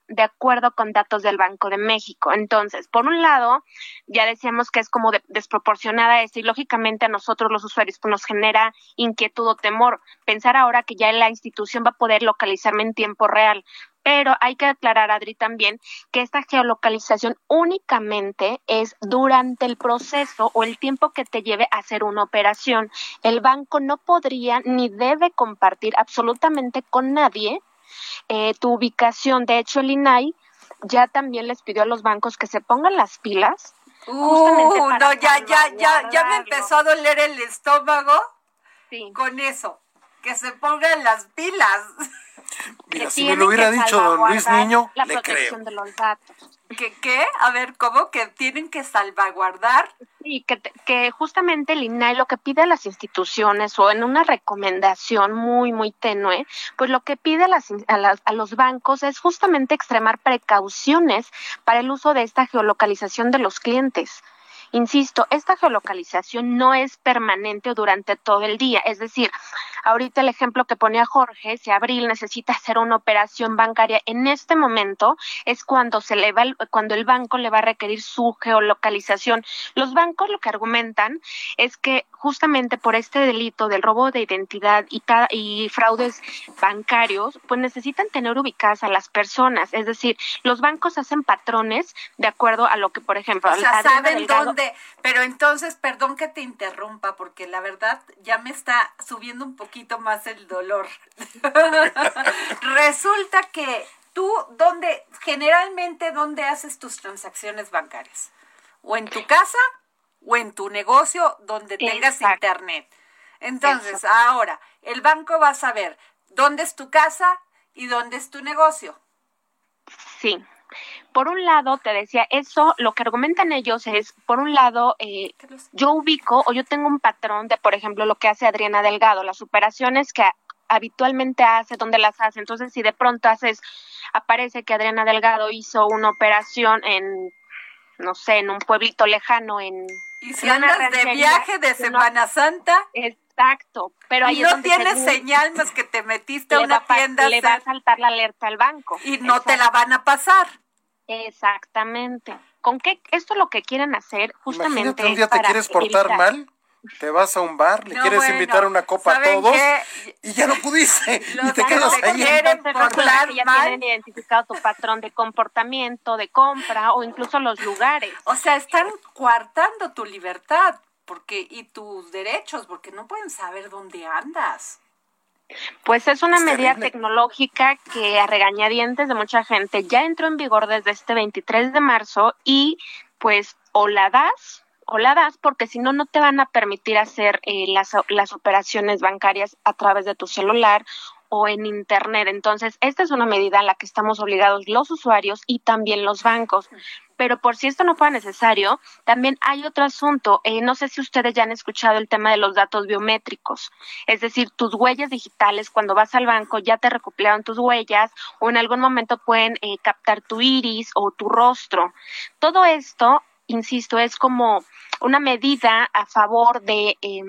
de acuerdo con datos del Banco de México. Entonces, por un lado, ya decíamos que es como de, desproporcionada esto y lógicamente a nosotros los usuarios pues, nos genera inquietud o temor pensar ahora que ya la institución va a poder localizarme en tiempo real. Pero hay que aclarar, Adri, también que esta geolocalización únicamente es durante el proceso o el tiempo que te lleve a hacer una operación. El banco no podría ni debe compartir absolutamente con nadie eh, tu ubicación. De hecho, el I N A I ya también les pidió a los bancos que se pongan las pilas. Uh, no, ya, ya, ya, ya me empezó a doler el estómago sí. con eso. Que se pongan las pilas. Mira, si me lo hubiera dicho don Luis Niño, la le protección creo. de los datos. ¿Qué, ¿Qué? A ver, ¿cómo? ¿Que tienen que salvaguardar? Sí, que, que justamente el I N A I lo que pide a las instituciones o en una recomendación muy, muy tenue, pues lo que pide a, las, a, las, a los bancos es justamente extremar precauciones para el uso de esta geolocalización de los clientes. Insisto, esta geolocalización no es permanente o durante todo el día. Es decir, ahorita el ejemplo que ponía Jorge, si Abril necesita hacer una operación bancaria, en este momento es cuando se le va, cuando el banco le va a requerir su geolocalización. Los bancos lo que argumentan es que justamente por este delito del robo de identidad y, y fraudes bancarios, pues necesitan tener ubicadas a las personas. Es decir, los bancos hacen patrones de acuerdo a lo que, por ejemplo, o sea, saben Delgado, dónde. Pero entonces, perdón que te interrumpa, porque la verdad ya me está subiendo un poquito más el dolor. Resulta que tú, ¿dónde, generalmente, dónde haces tus transacciones bancarias? ¿O en tu casa o en tu negocio donde tengas Exacto. internet? Entonces, Exacto. ahora, el banco va a saber dónde es tu casa y dónde es tu negocio. Sí. Por un lado, te decía, eso, lo que argumentan ellos es, por un lado, eh, yo ubico o yo tengo un patrón de, por ejemplo, lo que hace Adriana Delgado, las operaciones que habitualmente hace, dónde las hace. Entonces, si de pronto haces, aparece que Adriana Delgado hizo una operación en, no sé, en un pueblito lejano, en... Y si andas de viaje de Semana no, Santa... Exacto, pero ahí y no tienes según, señal más que te metiste a una va, tienda... Le va a saltar la alerta al banco. Y no Exacto. te la van a pasar. Exactamente. ¿Con qué? Esto es lo que quieren hacer justamente. Imagínate, un día te quieres portar evitar. mal, te vas a un bar, le no, quieres bueno, invitar una copa a todos qué? y ya no pudiste y te quedas ahí. Quieren portar que ya mal. Tienen identificado tu patrón de comportamiento, de compra o incluso los lugares. O sea, están coartando tu libertad porque y tus derechos porque no pueden saber dónde andas. Pues es una es medida terrible. tecnológica que a regañadientes de mucha gente ya entró en vigor desde este veintitrés de marzo y pues o la das o la das porque si no no te van a permitir hacer eh, las, las operaciones bancarias a través de tu celular o en internet. Entonces, esta es una medida a la que estamos obligados los usuarios y también los bancos. Pero por si esto no fuera necesario, también hay otro asunto. Eh, no sé si ustedes ya han escuchado el tema de los datos biométricos. Es decir, tus huellas digitales, cuando vas al banco ya te recopilaron tus huellas o en algún momento pueden eh, captar tu iris o tu rostro. Todo esto, insisto, es como una medida a favor de... Eh,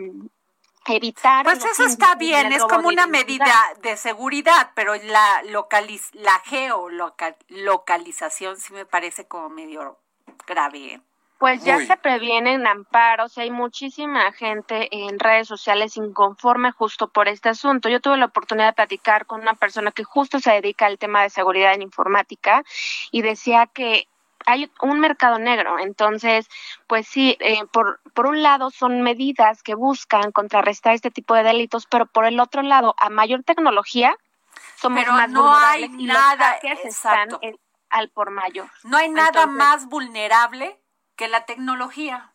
evitar pues eso está bien, es como una medida de seguridad, pero la localiz la geolocalización sí me parece como medio grave. Pues ya Uy. se previenen amparos, hay muchísima gente en redes sociales inconforme justo por este asunto. Yo tuve la oportunidad de platicar con una persona que justo se dedica al tema de seguridad en informática y decía que hay un mercado negro. Entonces, pues sí, eh, por por un lado son medidas que buscan contrarrestar este tipo de delitos, pero por el otro lado, a mayor tecnología, somos pero más no vulnerables hay y nada, los hackers están en, al por mayor. No hay nada Entonces, más vulnerable que la tecnología.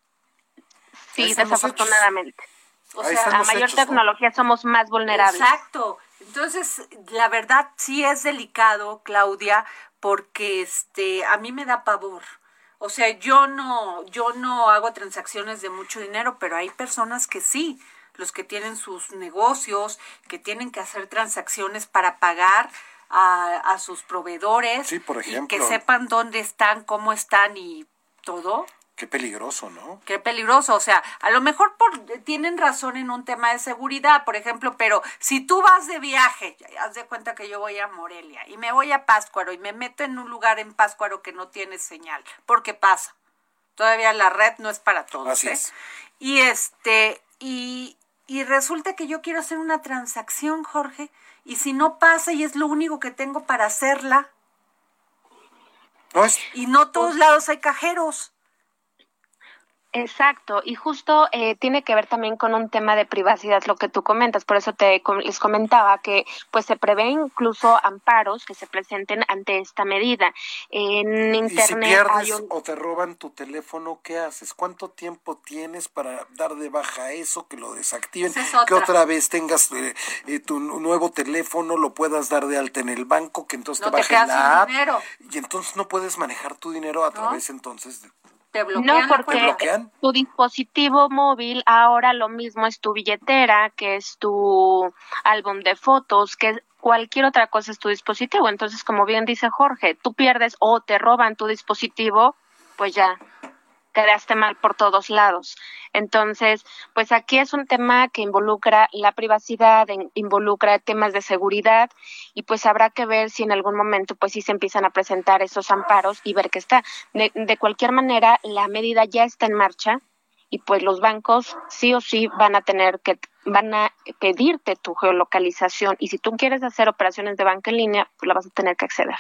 Sí, desafortunadamente. O sea, sea, a mayor hechos, tecnología ¿no? somos más vulnerables. Exacto. Entonces, la verdad sí es delicado, Claudia, porque este a mí me da pavor. O sea, yo no yo no hago transacciones de mucho dinero, pero hay personas que sí, los que tienen sus negocios, que tienen que hacer transacciones para pagar a, a sus proveedores, sí, por ejemplo, y que sepan dónde están, cómo están y todo. Qué peligroso, ¿no? Qué peligroso, o sea, a lo mejor por, tienen razón en un tema de seguridad, por ejemplo, pero si tú vas de viaje, haz de cuenta que yo voy a Morelia y me voy a Pátzcuaro y me meto en un lugar en Pátzcuaro que no tiene señal, porque pasa, todavía la red no es para todos, Así ¿eh? es. Y este, y, y resulta que yo quiero hacer una transacción, Jorge, y si no pasa y es lo único que tengo para hacerla, no es, y no todos lados hay cajeros. Exacto, y justo eh, tiene que ver también con un tema de privacidad, lo que tú comentas, por eso te les comentaba que pues se prevé incluso amparos que se presenten ante esta medida. En internet y si pierdes hay un... o te roban tu teléfono, ¿qué haces? ¿Cuánto tiempo tienes para dar de baja eso, que lo desactiven, es otra. que otra vez tengas eh, eh, tu nuevo teléfono, lo puedas dar de alta en el banco, que entonces no te te baje la app dinero. y entonces no puedes manejar tu dinero a ¿No? través entonces de... Te bloquean, no, porque tu dispositivo móvil ahora lo mismo es tu billetera, que es tu álbum de fotos, que cualquier otra cosa es tu dispositivo. Entonces, como bien dice Jorge, tú pierdes o te roban tu dispositivo, pues ya quedaste mal por todos lados. Entonces, pues aquí es un tema que involucra la privacidad, involucra temas de seguridad y pues habrá que ver si en algún momento pues sí se empiezan a presentar esos amparos y ver qué está. De, de cualquier manera, la medida ya está en marcha y pues los bancos sí o sí van a tener que, van a pedirte tu geolocalización y si tú quieres hacer operaciones de banca en línea, pues la vas a tener que acceder.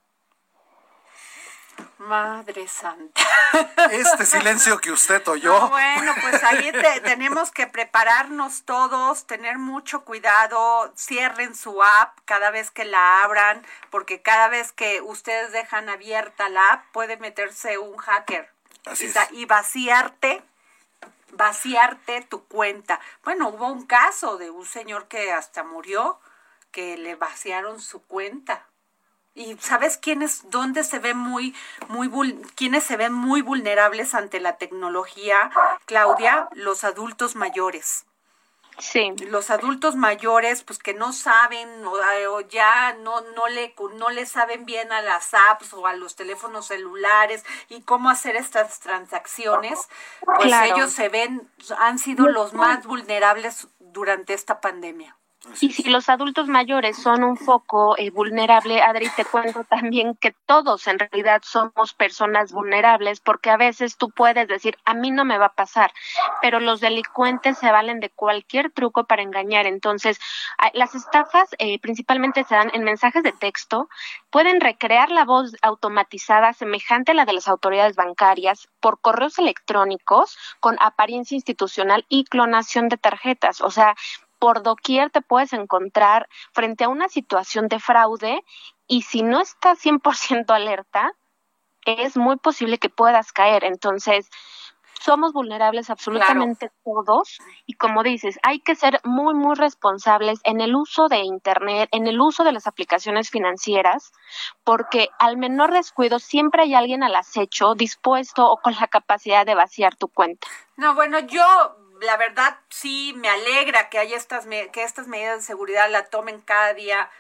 Madre santa. Este silencio que usted oyó. No, bueno, pues ahí te, tenemos que prepararnos todos, tener mucho cuidado, cierren su app cada vez que la abran, porque cada vez que ustedes dejan abierta la app puede meterse un hacker. Así y, es. y vaciarte, vaciarte tu cuenta. Bueno, hubo un caso de un señor que hasta murió, que le vaciaron su cuenta. ¿Y sabes quiénes, dónde se ven muy, muy, quiénes se ven muy vulnerables ante la tecnología, Claudia? Los adultos mayores. Sí. Los adultos mayores, pues que no saben o, o ya no, no le, no le saben bien a las apps o a los teléfonos celulares y cómo hacer estas transacciones, pues claro. Ellos se ven, han sido los más vulnerables durante esta pandemia. Y si los adultos mayores son un foco eh, vulnerable, Adri, te cuento también que todos en realidad somos personas vulnerables, porque a veces tú puedes decir, a mí no me va a pasar, pero los delincuentes se valen de cualquier truco para engañar. Entonces, las estafas eh, principalmente se dan en mensajes de texto, pueden recrear la voz automatizada semejante a la de las autoridades bancarias por correos electrónicos con apariencia institucional y clonación de tarjetas. O sea, por doquier te puedes encontrar frente a una situación de fraude y si no estás cien por ciento alerta, es muy posible que puedas caer. Entonces, somos vulnerables absolutamente claro. todos y como dices, hay que ser muy, muy responsables en el uso de Internet, en el uso de las aplicaciones financieras, porque al menor descuido siempre hay alguien al acecho, dispuesto o con la capacidad de vaciar tu cuenta. No, bueno, yo... La verdad sí me alegra que haya estas que estas medidas de seguridad la tomen cada día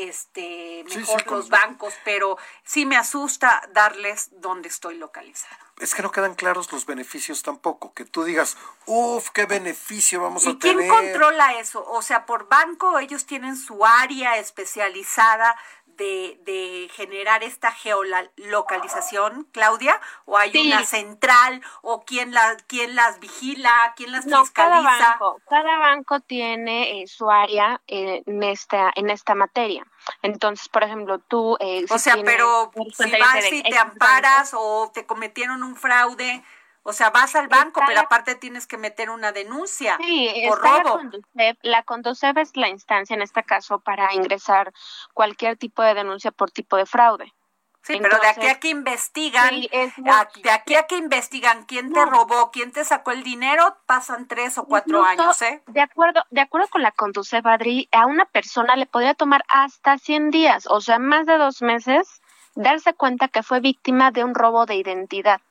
este mejor sí, sí, los bancos, pero sí me asusta darles dónde estoy localizada. Es que no quedan claros los beneficios tampoco, que tú digas, uff, qué beneficio vamos a tener. ¿Y quién controla eso? O sea, por banco ellos tienen su área especializada de, de generar esta geolocalización, Claudia, o hay sí. una central, o quién la, quién las vigila, quién las no, fiscaliza. Cada banco, cada banco tiene eh, su área eh, en esta, en esta materia. Entonces, por ejemplo, tú eh, o si sea, tienes, pero si vas y te amparas o te cometieron un fraude, o sea, vas al banco, está pero aparte tienes que meter una denuncia sí, por está robo. La Conducef, la Conducef es la instancia en este caso para ingresar cualquier tipo de denuncia por tipo de fraude. Sí, Entonces, pero de aquí a que investigan, sí, muy... de aquí a que investigan quién te no. robó, quién te sacó el dinero, pasan tres o cuatro Incluso, años, ¿eh? De acuerdo, de acuerdo con la Conducef, Adri, a una persona le podría tomar hasta cien días, o sea, más de dos meses, darse cuenta que fue víctima de un robo de identidad.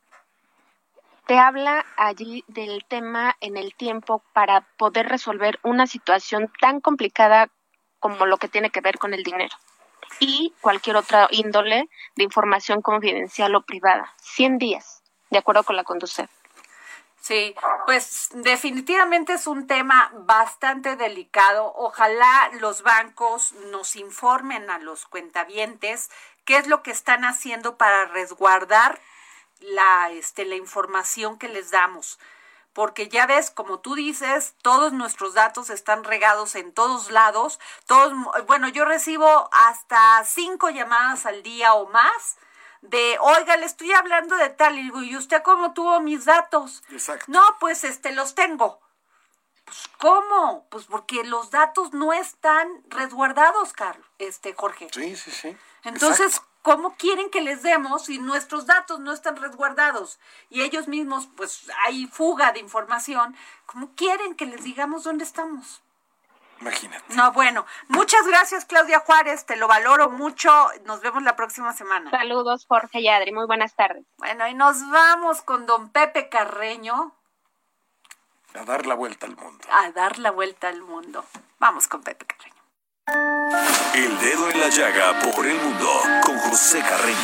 Te habla allí del tema en el tiempo para poder resolver una situación tan complicada como lo que tiene que ver con el dinero y cualquier otra índole de información confidencial o privada. cien días. de acuerdo con la Conducef. Sí, pues definitivamente es un tema bastante delicado. Ojalá los bancos nos informen a los cuentavientes qué es lo que están haciendo para resguardar la, este, la información que les damos. Porque ya ves, como tú dices, todos nuestros datos están regados en todos lados. Todos, bueno, yo recibo hasta cinco llamadas al día o más de, oiga, le estoy hablando de tal, y digo, ¿y usted cómo tuvo mis datos? Exacto. No, pues este, los tengo. Pues, ¿cómo? Pues porque los datos no están resguardados, Carlos, este, Jorge. Sí, sí, sí. Entonces, Exacto. ¿cómo quieren que les demos si nuestros datos no están resguardados? Y ellos mismos, pues, hay fuga de información. ¿Cómo quieren que les digamos dónde estamos? Imagínate. No, bueno, muchas gracias, Claudia Juárez, te lo valoro mucho. Nos vemos la próxima semana. Saludos, Jorge y Adri, muy buenas tardes. Bueno, y nos vamos con don Pepe Carreño. A dar la vuelta al mundo. A dar la vuelta al mundo. Vamos con Pepe Carreño. El dedo en la llaga por el mundo con José Carreño.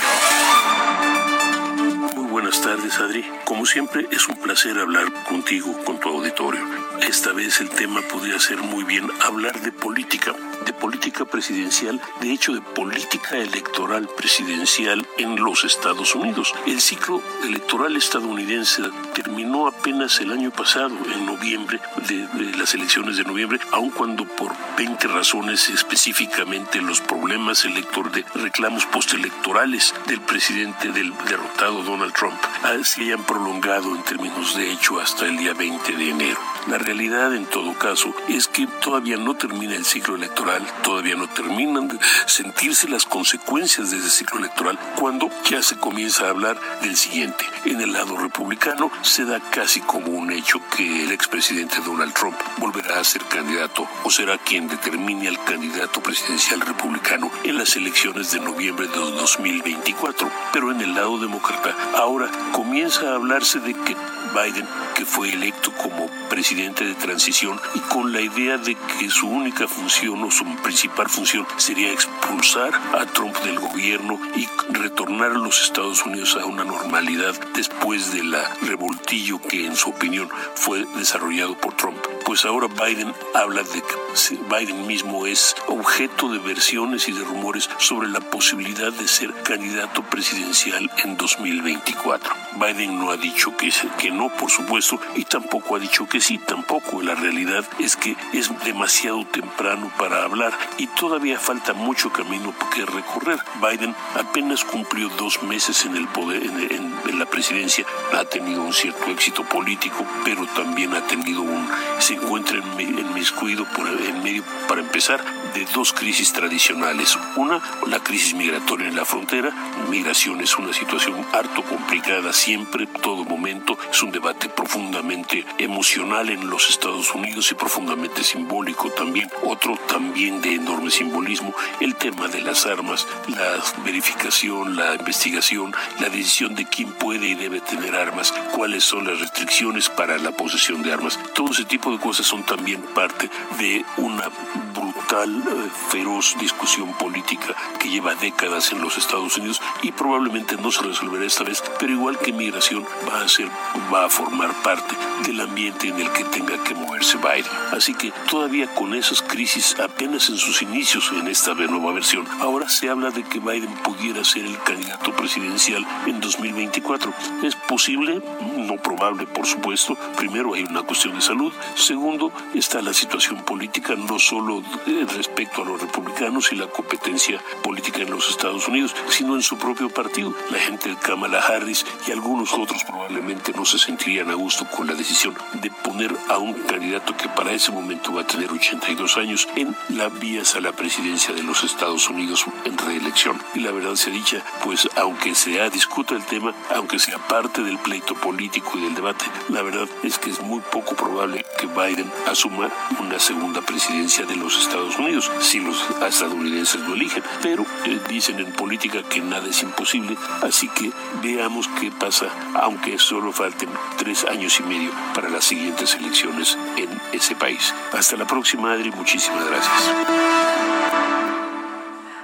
Muy buenas tardes, Adri. Como siempre, es un placer hablar contigo, con tu auditorio. Esta vez el tema podría ser muy bien hablar de política, de política presidencial, de hecho de política electoral presidencial en los Estados Unidos. El ciclo electoral estadounidense terminó apenas el año pasado, en noviembre, de, de las elecciones de noviembre, aun cuando por veinte razones, específicamente los problemas elector de reclamos postelectorales del presidente del derrotado Donald Trump, se hayan prolongado en términos de hecho hasta el día veinte de enero. La realidad, en todo caso, es que todavía no termina el ciclo electoral, todavía no terminan de sentirse las consecuencias de ese ciclo electoral, cuando ya se comienza a hablar del siguiente. En el lado republicano se da casi como un hecho que el expresidente Donald Trump volverá a ser candidato o será quien determine al candidato presidencial republicano en las elecciones de noviembre de dos mil veinticuatro. Pero en el lado demócrata ahora comienza a hablarse de que Biden, que fue electo como presidente de transición y con la idea de que su única función o su principal función sería expulsar a Trump del gobierno y retornar a los Estados Unidos a una normalidad después de la revoltillo que en su opinión fue desarrollado por Trump. Pues ahora Biden habla de que Biden mismo es objeto de versiones y de rumores sobre la posibilidad de ser candidato presidencial en dos mil veinticuatro. Biden no ha dicho que, que no, por supuesto, y tampoco ha dicho que sí, tampoco. La realidad es que es demasiado temprano para hablar y todavía falta mucho camino que recorrer. Biden apenas cumplió dos meses en el poder, en, en, en la presidencia, ha tenido un cierto éxito político, pero también ha tenido un, se encuentra inmiscuido por en medio, para empezar, de dos crisis tradicionales. Una, la crisis migratoria en la frontera. Migración es una situación harto complicada siempre, todo momento. Es un debate profundamente emocional en los Estados Unidos y profundamente simbólico también. Otro también de enorme simbolismo, el tema de las armas, la verificación, la investigación, la decisión de quién puede y debe tener armas, cuáles son las restricciones para la posesión de armas. Todo ese tipo de cosas son también parte de una brutal, eh, feroz discusión política que lleva décadas en los Estados Unidos y probablemente no se resolverá esta vez, pero igual que migración va a ser, va a formar parte del ambiente en el que tenga que moverse Biden. Así que todavía con esas crisis apenas en sus inicios en esta nueva versión, ahora se habla de que Biden pudiera ser el candidato presidencial en dos mil veinticuatro. ¿Es posible? No probable, por supuesto. Primero, hay una cuestión de salud. Segundo, está la situación política, no solo respecto a los republicanos y la competencia política en los Estados Unidos, sino en su propio partido. La gente de Kamala Harris y algunos otros probablemente no se sentirían a gusto con la decisión de poner a un candidato que para ese momento va a tener ochenta y dos años en las vías a la presidencia de los Estados Unidos en reelección. Y la verdad sea dicha, pues aunque se discuta el tema, aunque sea parte del pleito político y del debate, la verdad es que es muy poco probable que Biden asuma una segunda presidencia de los Estados Unidos, si los estadounidenses lo eligen. Pero eh, dicen en política que nada es imposible, así que veamos qué pasa, aunque solo falten tres años y medio para las siguientes elecciones en ese país. Hasta la próxima, Adri, muchísimas gracias.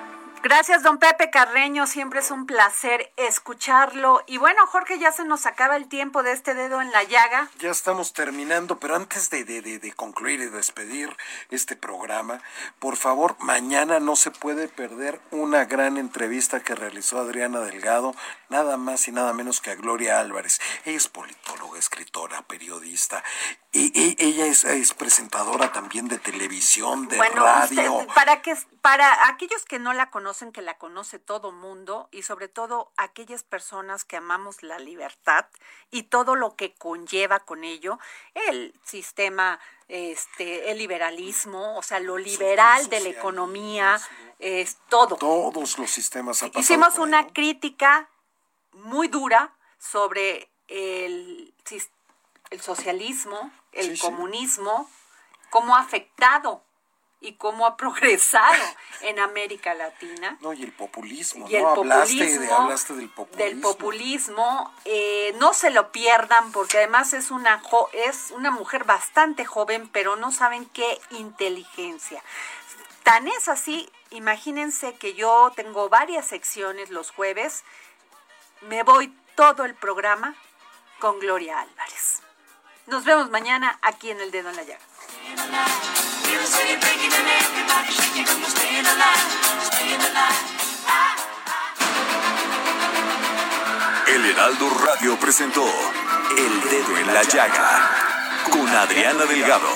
Gracias, don Pepe Carreño, siempre es un placer escucharlo. Y bueno, Jorge, ya se nos acaba el tiempo de este Dedo en la Llaga. Ya estamos terminando, pero antes de, de, de, de concluir y despedir este programa, por favor, mañana no se puede perder una gran entrevista que realizó Adriana Delgado, nada más y nada menos que a Gloria Álvarez. Ella es politóloga, escritora, periodista, y, y ella es, es presentadora también de televisión, de bueno, radio. Usted, para que para aquellos que no la conocen, que la conoce todo mundo, y sobre todo aquellas personas que amamos la libertad y todo lo que conlleva con ello, el sistema, este, el liberalismo, o sea, lo liberal de la economía, es todo. Todos los sistemas han pasado. Hicimos una crítica muy dura sobre el, el socialismo, el sí, comunismo, sí. cómo ha afectado y cómo ha progresado en América Latina. No, y el populismo, y el ¿no? populismo, hablaste, de, hablaste del populismo. Del populismo, eh, no se lo pierdan, porque además es una, jo- es una mujer bastante joven, pero no saben qué inteligencia. Tan es así, imagínense que yo tengo varias secciones los jueves, me voy todo el programa con Gloria Álvarez. Nos vemos mañana aquí en El Dedo en la Llaga. El Heraldo Radio presentó El Dedo en la Llaga con Adriana Delgado.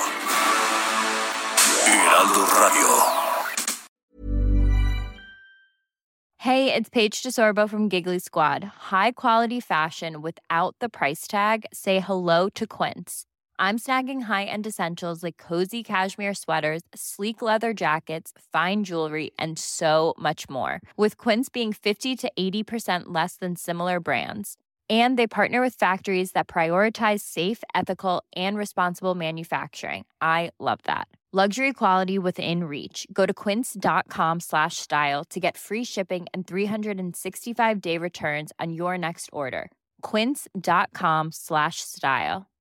Heraldo Radio. Hey, it's Paige DeSorbo from Giggly Squad. High quality fashion without the price tag. Say hello to Quince. I'm snagging high-end essentials like cozy cashmere sweaters, sleek leather jackets, fine jewelry, and so much more. With Quince being fifty to eighty percent less than similar brands. And they partner with factories that prioritize safe, ethical, and responsible manufacturing. I love that. Luxury quality within reach. Go to quince.com slash style to get free shipping and three sixty-five day returns on your next order. Quince.com slash style.